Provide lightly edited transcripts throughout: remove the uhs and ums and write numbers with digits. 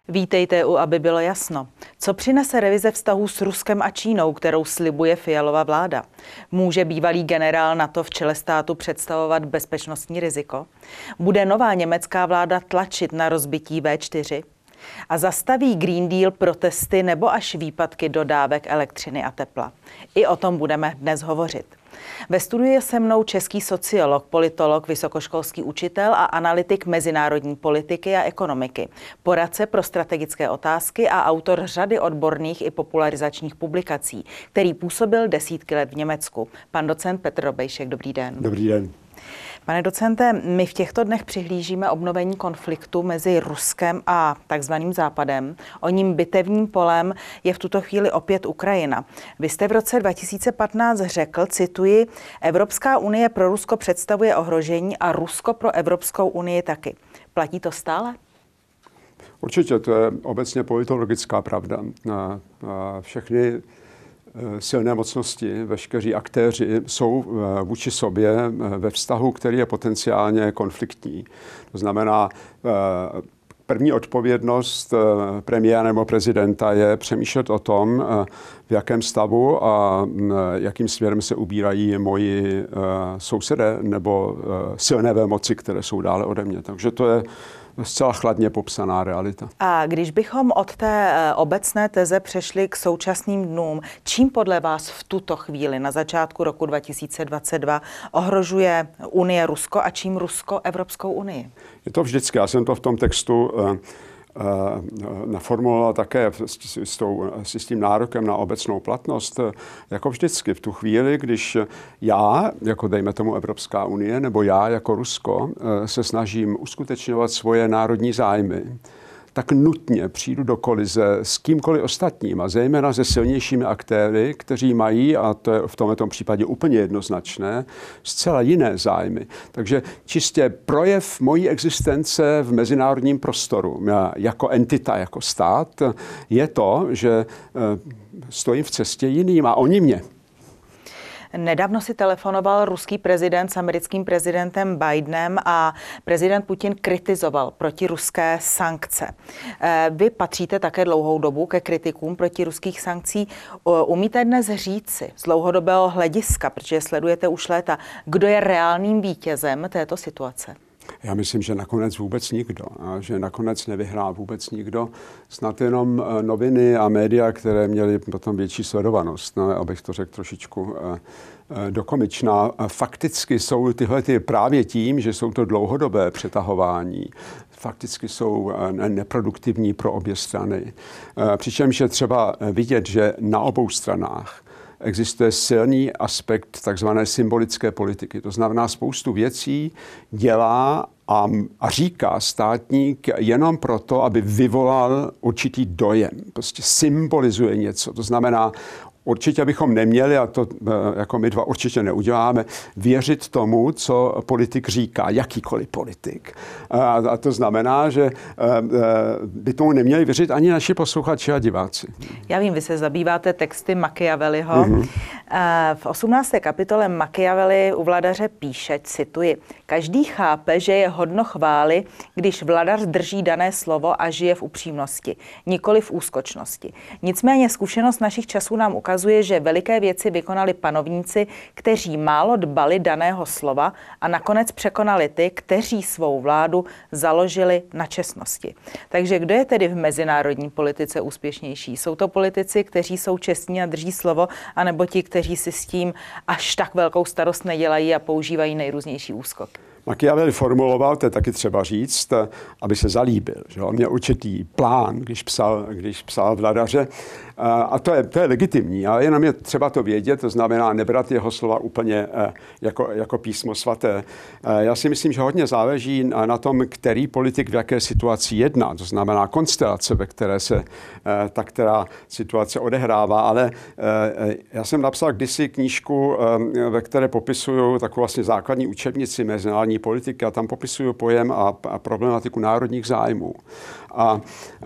Vítejte u Aby bylo jasno. Co přinese revize vztahů s Ruskem a Čínou, kterou slibuje Fialova vláda? Může bývalý generál NATO v čele státu představovat bezpečnostní riziko? Bude nová německá vláda tlačit na rozbití V4? A zastaví Green Deal protesty nebo až výpadky dodávek elektřiny a tepla? I o tom budeme dnes hovořit. Ve studiu je se mnou český sociolog, politolog, vysokoškolský učitel a analytik mezinárodní politiky a ekonomiky, poradce pro strategické otázky a autor řady odborných i popularizačních publikací, který působil desítky let v Německu. Pan docent Petr Robejšek, dobrý den. Dobrý den. Pane docente, my v těchto dnech přihlížíme obnovení konfliktu mezi Ruskem a takzvaným Západem. Oním bitevním polem je v tuto chvíli opět Ukrajina. Vy jste v roce 2015 řekl, cituji, Evropská unie pro Rusko představuje ohrožení a Rusko pro Evropskou unii taky. Platí to stále? Určitě, to je obecně politologická pravda. Všechny silné mocnosti, veškeří aktéři jsou vůči sobě ve vztahu, který je potenciálně konfliktní. To znamená, první odpovědnost premiéra nebo prezidenta je přemýšlet o tom, v jakém stavu a jakým směrem se ubírají moji sousedé nebo silné velmoci, které jsou dále ode mě. Takže to je zcela chladně popsaná realita. A když bychom od té obecné teze přešli k současným dnům, čím podle vás v tuto chvíli na začátku roku 2022 ohrožuje Unie Rusko a čím Rusko Evropskou unii? Je to vždycky, já jsem to v tom textu naformuloval také s tím nárokem na obecnou platnost, jako vždycky v tu chvíli, když já, jako dejme tomu Evropská unie, nebo já jako Rusko, se snažím uskutečňovat svoje národní zájmy, tak nutně přijdu do kolize s kýmkoliv ostatním a zejména se silnějšími aktéry, kteří mají, a to je v tomto případě úplně jednoznačné, zcela jiné zájmy. Takže čistě projev mojí existence v mezinárodním prostoru jako entita, jako stát, je to, že stojím v cestě jiným a oni mě. Nedávno si telefonoval ruský prezident s americkým prezidentem Bidenem a prezident Putin kritizoval protiruské sankce. Vy patříte také dlouhou dobu ke kritikům protiruských sankcí. Umíte dnes říci z dlouhodobého hlediska, protože sledujete už léta, kdo je reálným vítězem této situace? Já myslím, že nakonec vůbec nikdo. A že nakonec nevyhrál vůbec nikdo. Snad jenom noviny a média, které měly potom větší sledovanost. No, abych to řekl trošičku dokomičná. Fakticky jsou tyhle právě tím, že jsou to dlouhodobé přetahování. Fakticky jsou neproduktivní pro obě strany. Přičemž je třeba vidět, že na obou stranách existuje silný aspekt takzvané symbolické politiky. To znamená, spoustu věcí dělá a říká státník jenom proto, aby vyvolal určitý dojem. Prostě symbolizuje něco. To znamená, určitě bychom neměli, a to jako my dva určitě neuděláme, věřit tomu, co politik říká, jakýkoliv politik. A to znamená, že by tomu neměli věřit ani naši posluchači a diváci. Já vím, vy se zabýváte texty Machiavelliho. Mm-hmm. V 18. kapitole Machiavelli u Vladaře píše, cituji, každý chápe, že je hodno chvály, když vladař drží dané slovo a žije v upřímnosti, nikoli v úskočnosti. Nicméně zkušenost našich časů nám ukazuje, že veliké věci vykonali panovníci, kteří málo dbali daného slova a nakonec překonali ty, kteří svou vládu založili na čestnosti. Takže kdo je tedy v mezinárodní politice úspěšnější? Jsou to politici, kteří jsou čestní a drží slovo, anebo ti, kteří si s tím až tak velkou starost nedělají a používají nejrůznější úskoky? Machiavelli formuloval, to je taky třeba říct, aby se zalíbil. Že? On měl určitý plán, když psal Vladaře. A to je legitimní, ale jenom je třeba to vědět, to znamená nebrat jeho slova úplně jako písmo svaté. Já si myslím, že hodně záleží na tom, který politik v jaké situaci jedná. To znamená konstelace, ve které se ta která situace odehrává. Ale já jsem napsal kdysi knížku, ve které popisuju takovou vlastně základní učebnici mezinárodní politiky a tam popisuju pojem a problematiku národních zájmů. A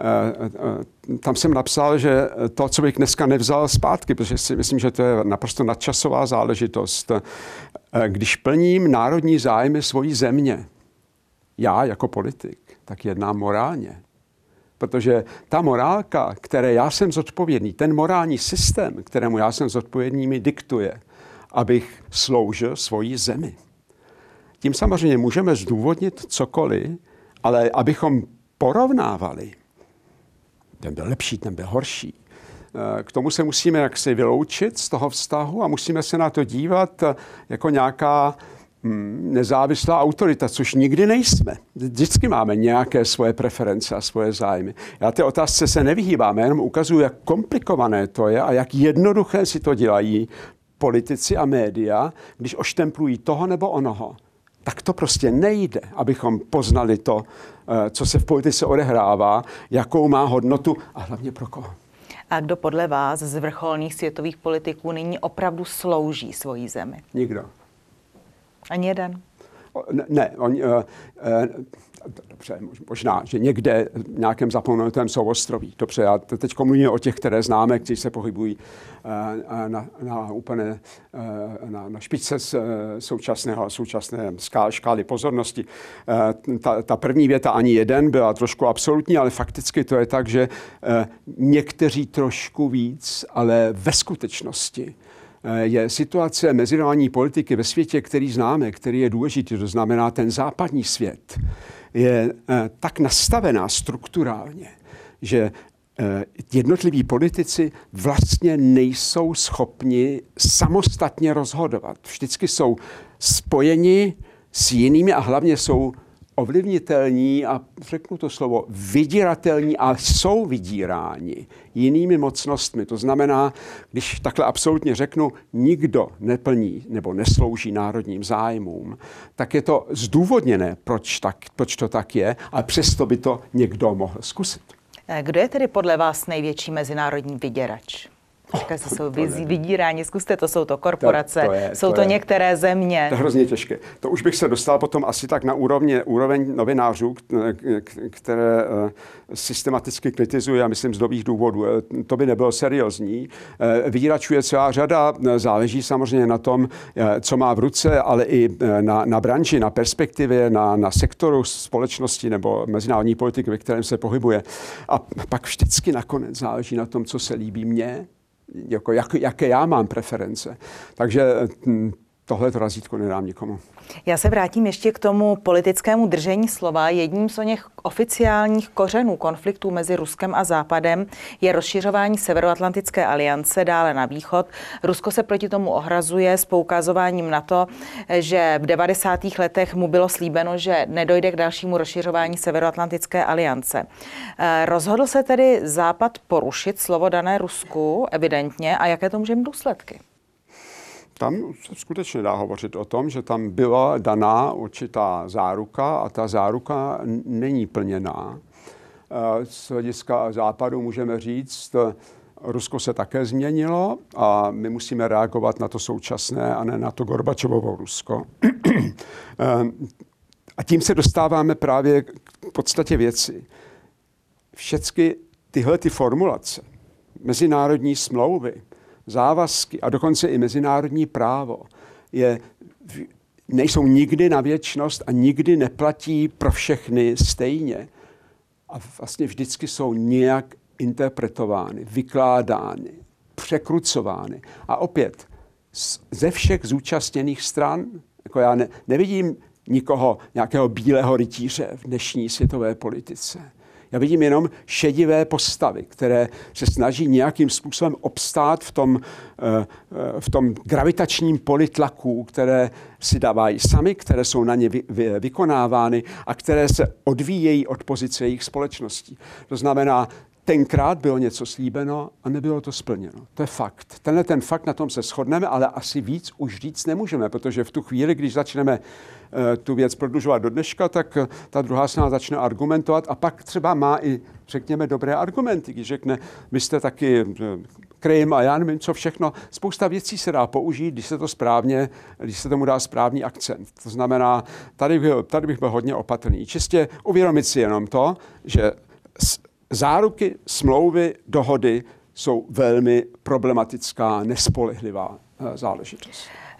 tam jsem napsal, že to, co bych dneska nevzal zpátky, protože si myslím, že to je naprosto nadčasová záležitost. Když plním národní zájmy svojí země, já jako politik, tak jednám morálně. protože ta morálka, které já jsem zodpovědný, ten morální systém, kterému já jsem zodpovědný, mi diktuje, abych sloužil svoji zemi. Tím samozřejmě můžeme zdůvodnit cokoliv, ale abychom porovnávali, ten byl lepší, ten byl horší, k tomu se musíme jaksi vyloučit z toho vztahu a musíme se na to dívat jako nějaká nezávislá autorita, což nikdy nejsme. Vždycky máme nějaké svoje preference a svoje zájmy. Já té otázce se nevyhýbám, jenom ukazuju, jak komplikované to je a jak jednoduché si to dělají politici a média, když oštemplují toho nebo onoho. Tak to prostě nejde, abychom poznali to, co se v politice odehrává, jakou má hodnotu a hlavně pro koho. A kdo podle vás z vrcholných světových politiků nyní opravdu slouží svojí zemi? Nikdo. Ani jeden? Ne, dobře, možná, že někde v nějakém zapomenutém souostroví. Dobře, já teď mluvím o těch, které známe, kteří se pohybují na špičce současné škály pozornosti. Ta první věta ani jeden byla trošku absolutní, ale fakticky to je tak, že někteří trošku víc, ale ve skutečnosti je situace mezinárodní politiky ve světě, který známe, který je důležitý, to znamená ten západní svět, je tak nastavená strukturálně, že jednotliví politici vlastně nejsou schopni samostatně rozhodovat. Vždycky jsou spojeni s jinými a hlavně jsou ovlivnitelní a řeknu to slovo vydíratelní a jsou vydíráni jinými mocnostmi. To znamená, když takhle absolutně řeknu, nikdo neplní nebo neslouží národním zájmům, tak je to zdůvodněné, proč to tak je, ale přesto by to někdo mohl zkusit. Kdo je tedy podle vás největší mezinárodní vyděrač? Říká se, jsou vydíráni, zkuste, to jsou to korporace, jsou to některé země. To je hrozně těžké. To už bych se dostal potom asi tak na úroveň novinářů, které systematicky kritizují, a myslím z dobrých důvodů. To by nebylo seriózní. Vydíračů je celá řada, záleží samozřejmě na tom, co má v ruce, ale i na branži, na perspektivě, na sektoru společnosti nebo mezinárodní politiky, ve kterém se pohybuje. A pak vždycky nakonec záleží na tom, co se líbí mně, jaké já mám preference. Takže tohle razítko nedám nikomu. Já se vrátím ještě k tomu politickému držení slova. Jedním z oněch oficiálních kořenů konfliktů mezi Ruskem a Západem je rozšiřování Severoatlantické aliance dále na východ. Rusko se proti tomu ohrazuje s poukazováním na to, že v 90. letech mu bylo slíbeno, že nedojde k dalšímu rozšiřování Severoatlantické aliance. Rozhodl se tedy Západ porušit slovo dané Rusku, evidentně, a jaké to může mít důsledky? Tam se skutečně dá hovořit o tom, že tam byla daná určitá záruka a ta záruka není plněná. Z hlediska Západu můžeme říct, Rusko se také změnilo a my musíme reagovat na to současné a ne na to Gorbačovovo Rusko. A tím se dostáváme právě k podstatě věci. Všechny tyhle formulace, mezinárodní smlouvy, závazky a dokonce i mezinárodní právo nejsou nikdy na věčnost a nikdy neplatí pro všechny stejně. A vlastně vždycky jsou nějak interpretovány, vykládány, překrucovány. A opět ze všech zúčastněných stran, jako já nevidím nikoho, nějakého bílého rytíře v dnešní světové politice. Já vidím jenom šedivé postavy, které se snaží nějakým způsobem obstát v tom gravitačním poli tlaků, které si dávají sami, které jsou na ně vykonávány a které se odvíjejí od pozice jejich společností. To znamená, tenkrát bylo něco slíbeno a nebylo to splněno. To je fakt. Ten fakt, na tom se shodneme, ale asi víc už říct nemůžeme, protože v tu chvíli, když začneme tu věc prodlužovat do dneška, tak ta druhá strana začne argumentovat a pak třeba má i, řekněme, dobré argumenty, když řekne, vy jste taky Krym a já nevím, co všechno. Spousta věcí se dá použít, když se tomu dá správný akcent. To znamená, tady bych byl hodně opatrný. Čistě uvědomit si jenom to, že záruky, smlouvy, dohody jsou velmi problematická, nespolehlivá záležitost.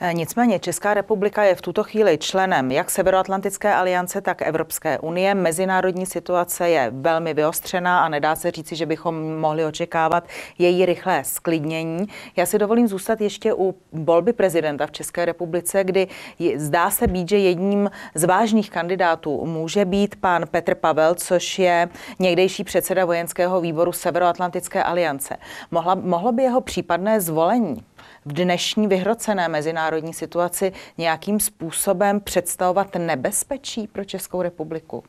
Nicméně Česká republika je v tuto chvíli členem jak Severoatlantické aliance, tak Evropské unie. Mezinárodní situace je velmi vyostřená a nedá se říci, že bychom mohli očekávat její rychlé sklidnění. Já si dovolím zůstat ještě u volby prezidenta v České republice, kdy zdá se být, že jedním z vážných kandidátů může být pan Petr Pavel, což je někdejší předseda vojenského výboru Severoatlantické aliance. Mohlo by jeho případné zvolení v dnešní vyhrocené mezinárodní situaci nějakým způsobem představovat nebezpečí pro Českou republiku?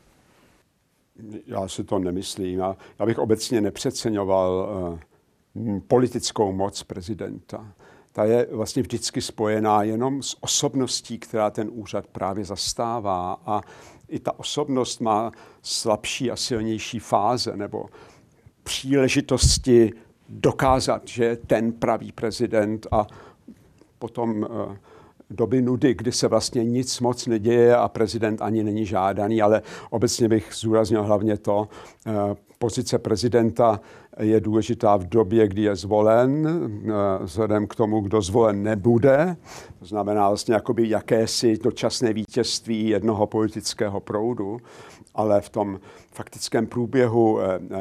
Já si to nemyslím. Já bych obecně nepřeceňoval politickou moc prezidenta. Ta je vlastně vždycky spojená jenom s osobností, která ten úřad právě zastává. A i ta osobnost má slabší a silnější fáze nebo příležitosti dokázat, že je ten pravý prezident, a potom doby nudy, kdy se vlastně nic moc neděje a prezident ani není žádaný, ale obecně bych zdůraznil hlavně to, pozice prezidenta je důležitá v době, kdy je zvolen, vzhledem k tomu, kdo zvolen nebude. To znamená vlastně jakoby jakési dočasné vítězství jednoho politického proudu, ale v tom faktickém průběhu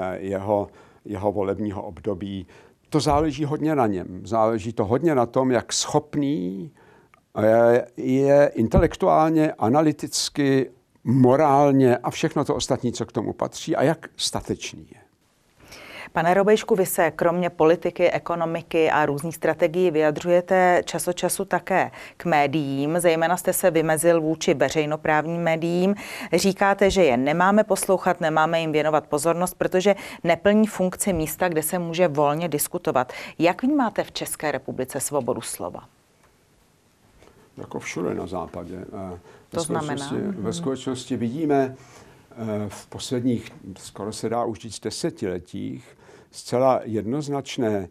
jeho volebního období to záleží hodně na něm. Záleží to hodně na tom, jak schopný je intelektuálně, analyticky, morálně a všechno to ostatní, co k tomu patří, a jak statečný je. Pane Robejšku, vy se kromě politiky, ekonomiky a různých strategií vyjadřujete čas od času také k médiím. Zejména jste se vymezil vůči veřejnoprávním médiím. Říkáte, že je nemáme poslouchat, nemáme jim věnovat pozornost, protože neplní funkci místa, kde se může volně diskutovat. Jak vnímáte v České republice svobodu slova? Jako všude na západě. To znamená? Ve skutečnosti vidíme v posledních, skoro se dá už říct, desetiletích, zcela jednoznačné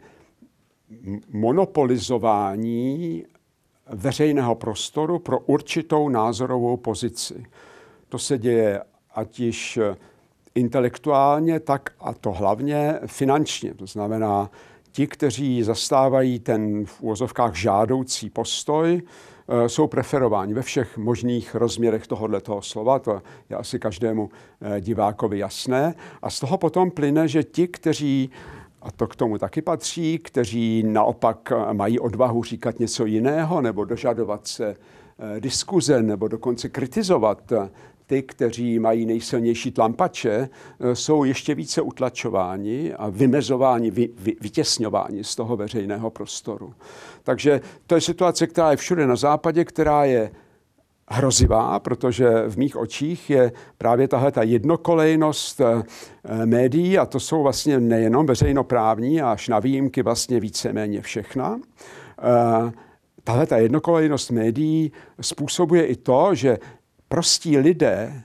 monopolizování veřejného prostoru pro určitou názorovou pozici. To se děje ať již intelektuálně, tak a to hlavně finančně. To znamená, ti, kteří zastávají ten v uvozovkách žádoucí postoj, jsou preferováni ve všech možných rozměrech tohoto slova. To je asi každému divákovi jasné. A z toho potom plyne, že ti, kteří, a to k tomu taky patří, kteří naopak mají odvahu říkat něco jiného nebo dožadovat se diskuze nebo dokonce kritizovat ty, kteří mají nejsilnější tlampače, jsou ještě více utlačováni a vymezováni, vytěsňováni z toho veřejného prostoru. Takže to je situace, která je všude na západě, která je hrozivá, protože v mých očích je právě tahle ta jednokolejnost médií, a to jsou vlastně nejenom veřejnoprávní, až na výjimky vlastně víceméně všechna. Tahle ta jednokolejnost médií způsobuje i to, že prostí lidé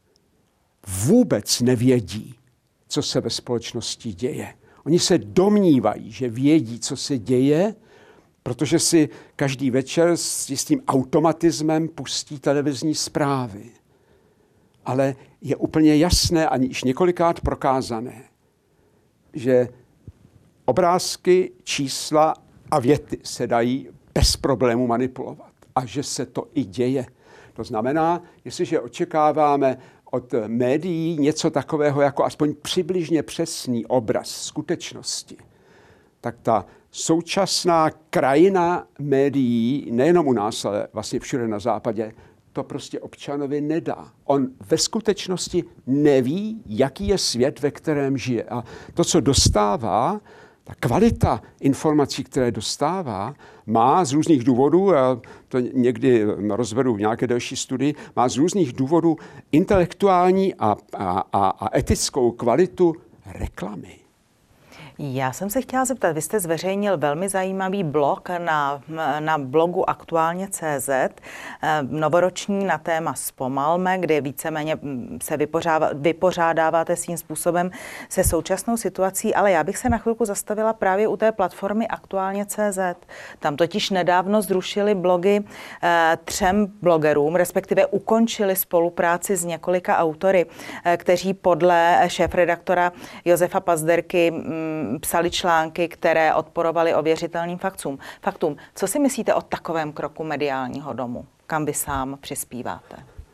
vůbec nevědí, co se ve společnosti děje. Oni se domnívají, že vědí, co se děje, protože si každý večer s jistým automatismem pustí televizní zprávy. Ale je úplně jasné, ani již několikrát prokázané, že obrázky, čísla a věty se dají bez problému manipulovat. A že se to i děje. To znamená, jestliže očekáváme od médií něco takového jako aspoň přibližně přesný obraz skutečnosti, tak ta současná krajina médií, nejenom u nás, ale vlastně všude na západě, to prostě občanovi nedá. On ve skutečnosti neví, jaký je svět, ve kterém žije. A to, co dostává, ta kvalita informací, které dostává, má z různých důvodů, a to někdy rozvedu v nějaké další studii, má z různých důvodů intelektuální a etickou kvalitu reklamy. Já jsem se chtěla zeptat, vy jste zveřejnil velmi zajímavý blog na blogu Aktuálně.cz, novoroční na téma Zpomalme, kde víceméně se vypořádáváte svým způsobem se současnou situací, ale já bych se na chvilku zastavila právě u té platformy Aktuálně.cz. Tam totiž nedávno zrušili blogy 3 blogerům, respektive ukončili spolupráci s několika autory, kteří podle šéfredaktora Josefa Pazderky psali články, které odporovaly ověřitelným faktům. Co si myslíte o takovém kroku mediálního domu? Kam vy sám přispíváte?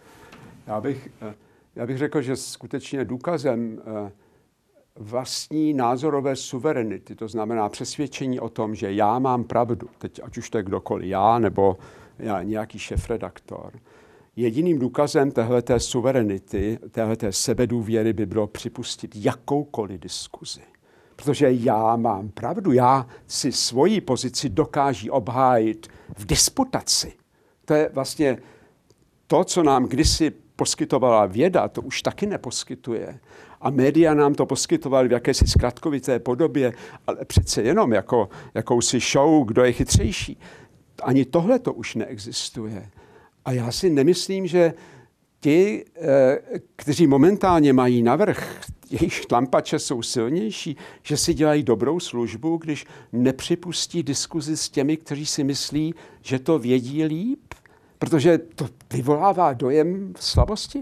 Já bych řekl, že skutečně důkazem vlastní názorové suverenity, to znamená přesvědčení o tom, že já mám pravdu, teď ať už to je kdokoliv, já nebo nějaký šéfredaktor. Jediným důkazem téhleté suverenity, téhleté sebedůvěry by bylo připustit jakoukoliv diskuzi. Protože já mám pravdu, já si svoji pozici dokážu obhájit v disputaci. To je vlastně to, co nám kdysi poskytovala věda, to už taky neposkytuje. A média nám to poskytovaly v jakési zkratkovité podobě, ale přece jenom jako jakousi show, kdo je chytřejší. Ani tohle to už neexistuje. A já si nemyslím, že ti, kteří momentálně mají navrch, jejich tlampače jsou silnější, že si dělají dobrou službu, když nepřipustí diskuzi s těmi, kteří si myslí, že to vědí líp, protože to vyvolává dojem slabosti.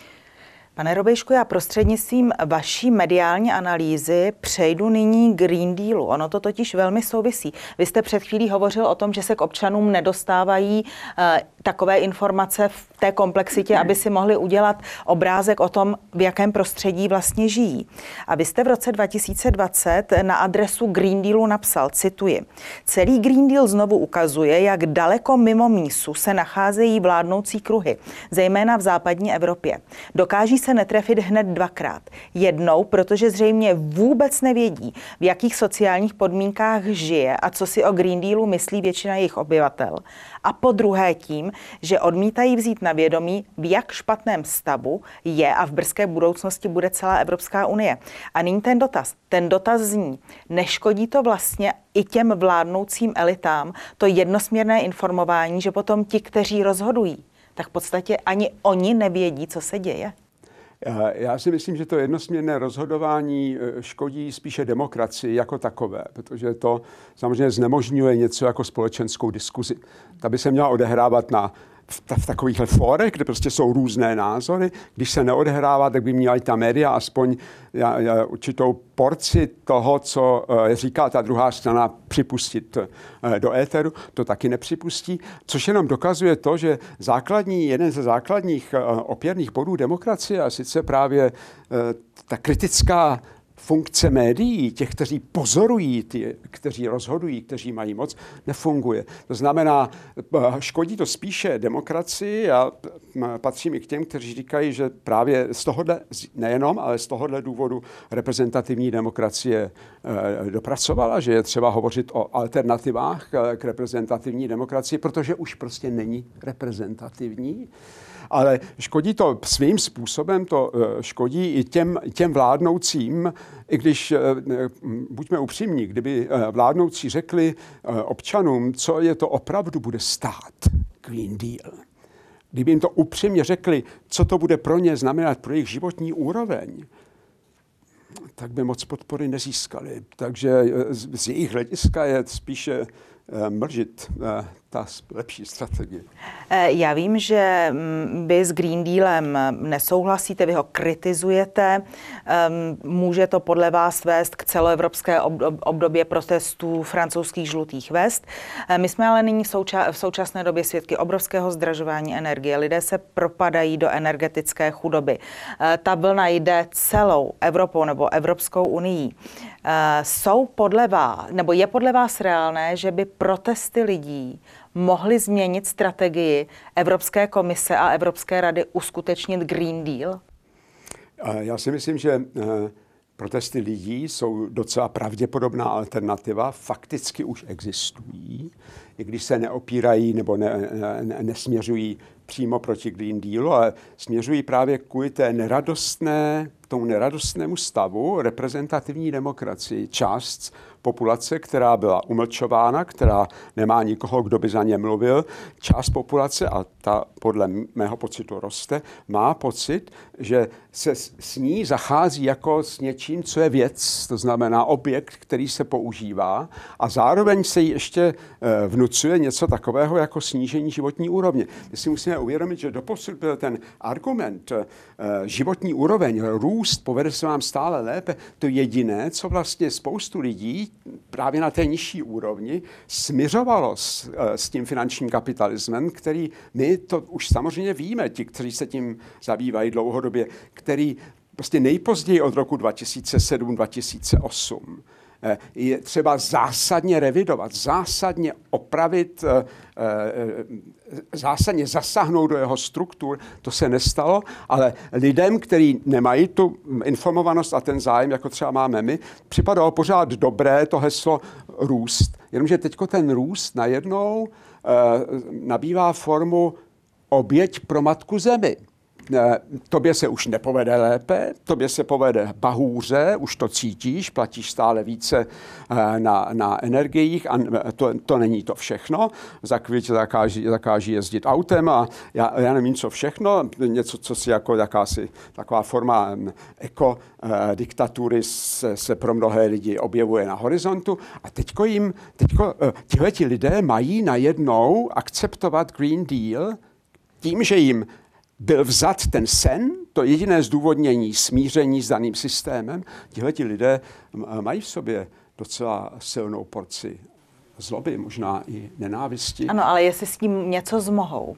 Pane Robejšku, já prostřednictvím vaší mediální analýzy přejdu nyní k Green Dealu. Ono to totiž velmi souvisí. Vy jste před chvílí hovořil o tom, že se k občanům nedostávají takové informace v té komplexitě, aby si mohli udělat obrázek o tom, v jakém prostředí vlastně žijí. A vy jste v roce 2020 na adresu Green Dealu napsal, cituji, celý Green Deal znovu ukazuje, jak daleko mimo mísu se nacházejí vládnoucí kruhy, zejména v západní Evropě. Dokáží se netrefit hned dvakrát. Jednou, protože zřejmě vůbec nevědí, v jakých sociálních podmínkách žije a co si o Green Dealu myslí většina jejich obyvatel. A po druhé tím, že odmítají vzít na vědomí, v jak špatném stavu je a v brzké budoucnosti bude celá Evropská unie. A nyní ten dotaz. Ten dotaz zní, neškodí to vlastně i těm vládnoucím elitám, to jednosměrné informování, že potom ti, kteří rozhodují, tak v podstatě ani oni nevědí, co se děje? Já si myslím, že to jednosměrné rozhodování škodí spíše demokracii jako takové, protože to samozřejmě znemožňuje něco jako společenskou diskuzi. Ta by se měla odehrávat v takovýchhle fórech, kde prostě jsou různé názory. Když se neodehrává, tak by měla i ta média aspoň určitou porci toho, co říká ta druhá strana, připustit do éteru. To taky nepřipustí, což jenom dokazuje to, že jeden ze základních opěrných bodů demokracie, a sice právě ta kritická funkce médií, těch, kteří pozorují, kteří rozhodují, kteří mají moc, nefunguje. To znamená, škodí to spíše demokracii a patřím i k těm, kteří říkají, že právě z tohohle, nejenom, ale z tohohle důvodu reprezentativní demokracie dopracovala, že je třeba hovořit o alternativách k reprezentativní demokracii, protože už prostě není reprezentativní. Ale škodí to svým způsobem, to škodí i těm vládnoucím, i když, buďme upřímní, kdyby vládnoucí řekli občanům, co je to opravdu bude stát Green Deal. Kdyby jim to upřímně řekli, co to bude pro ně znamenat, pro jejich životní úroveň, tak by moc podpory nezískali. Takže z jejich hlediska je spíše mlžit ta lepší strategie. Já vím, že vy s Green Dealem nesouhlasíte, vy ho kritizujete. Může to podle vás vést k celoevropské obdobě protestů francouzských žlutých vest. My jsme ale nyní v současné době svědky obrovského zdražování energie. Lidé se propadají do energetické chudoby. Ta vlna jde celou Evropou nebo Evropskou unií. Je podle vás reálné, že by protesty lidí mohly změnit strategii Evropské komise a Evropské rady uskutečnit Green Deal? Já si myslím, že protesty lidí jsou docela pravděpodobná alternativa, fakticky už existují, i když se neopírají nebo nesměřují přímo proti Green Dealu, ale směřují právě kvůli tomu neradostnému stavu reprezentativní demokracii. Část populace, která byla umlčována, která nemá nikoho, kdo by za ně mluvil, část populace, a ta podle mého pocitu roste, má pocit, že se s ní zachází jako s něčím, co je věc, to znamená objekt, který se používá, a zároveň se jí ještě vnucuje něco takového jako snížení životní úrovně. My si musíme uvědomit, že doposud byl ten argument životní úroveň, růst, povede se vám stále lépe, to jediné, co vlastně spoustu lidí právě na té nižší úrovni smiřovalo s tím finančním kapitalismem, který my to už samozřejmě víme, ti, kteří se tím zabývají dlouhodobě, který prostě nejpozději od roku 2007-2008 je třeba zásadně revidovat, zásadně opravit, zásadně zasáhnout do jeho struktur. To se nestalo, ale lidem, kteří nemají tu informovanost a ten zájem, jako třeba máme my, připadalo pořád dobré to heslo růst. Jenomže teďko ten růst najednou nabývá formu oběť pro matku zemi. Tobě se už nepovede lépe, tobě se povede bahůře, už to cítíš, platíš stále více na energiích a to není to všechno. Za chvíli zakáží jezdit autem a já nevím, co všechno, něco, co si jako jakási taková forma diktatury se pro mnohé lidi objevuje na horizontu a teďko tihleti lidé mají najednou akceptovat Green Deal tím, že jim byl vzat ten sen, to jediné zdůvodnění smíření s daným systémem. Tihleti lidé mají v sobě docela silnou porci zloby, možná i nenávisti. Ano, ale jestli s tím něco zmohou.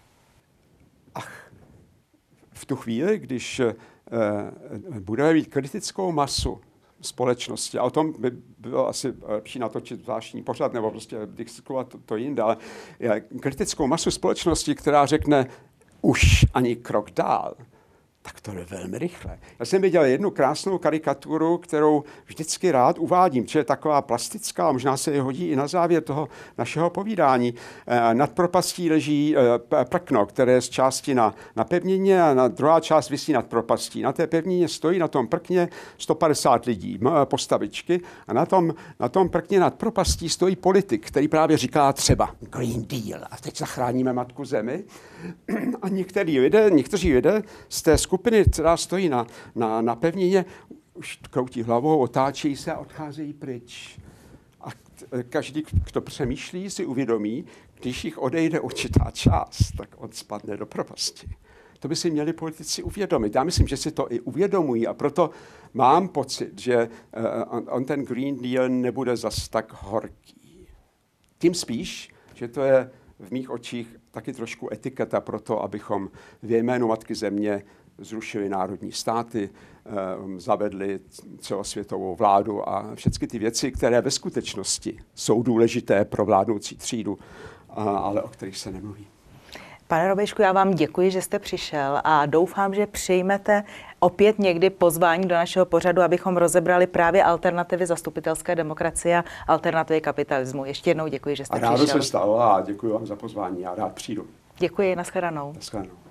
V tu chvíli, když budeme mít kritickou masu společnosti, a o tom by bylo asi lepší natočit zvláštní pořad, nebo prostě diskutovat to jinde, ale kritickou masu společnosti, která řekne, už ani krok dál, tak to je velmi rychle. Já jsem viděl jednu krásnou karikaturu, kterou vždycky rád uvádím, což je taková plastická, možná se je hodí i na závěr toho našeho povídání. Nad propastí leží prkno, které je z části na pevnině a druhá část visí nad propastí. Na té pevnině stojí na tom prkně 150 lidí, postavičky, a na tom prkně nad propastí stojí politik, který právě říká třeba Green Deal a teď zachráníme matku zemi. A někteří lidé z té skupiny, která stojí na pevnině, už kroutí hlavou, otáčejí se a odcházejí pryč. A každý, kdo přemýšlí, si uvědomí, když jich odejde určitá část, tak on spadne do propasti. To by si měli politici uvědomit. Já myslím, že si to i uvědomují a proto mám pocit, že on ten Green Deal nebude zas tak horký. Tím spíš, že to je v mých očích taky trošku etiketa pro to, abychom v jménu matky země zrušili národní státy, zavedli celosvětovou vládu a všechny ty věci, které ve skutečnosti jsou důležité pro vládnoucí třídu, ale o kterých se nemluví. Pane Robejšku, já vám děkuji, že jste přišel a doufám, že přijmete opět někdy pozvání do našeho pořadu, abychom rozebrali právě alternativy zastupitelské demokracie a alternativy kapitalismu. Ještě jednou děkuji, že jste přišel. Rádo se stalo a děkuji vám za pozvání. Já rád přijdu. Děkuji, nashledanou. Nashledanou.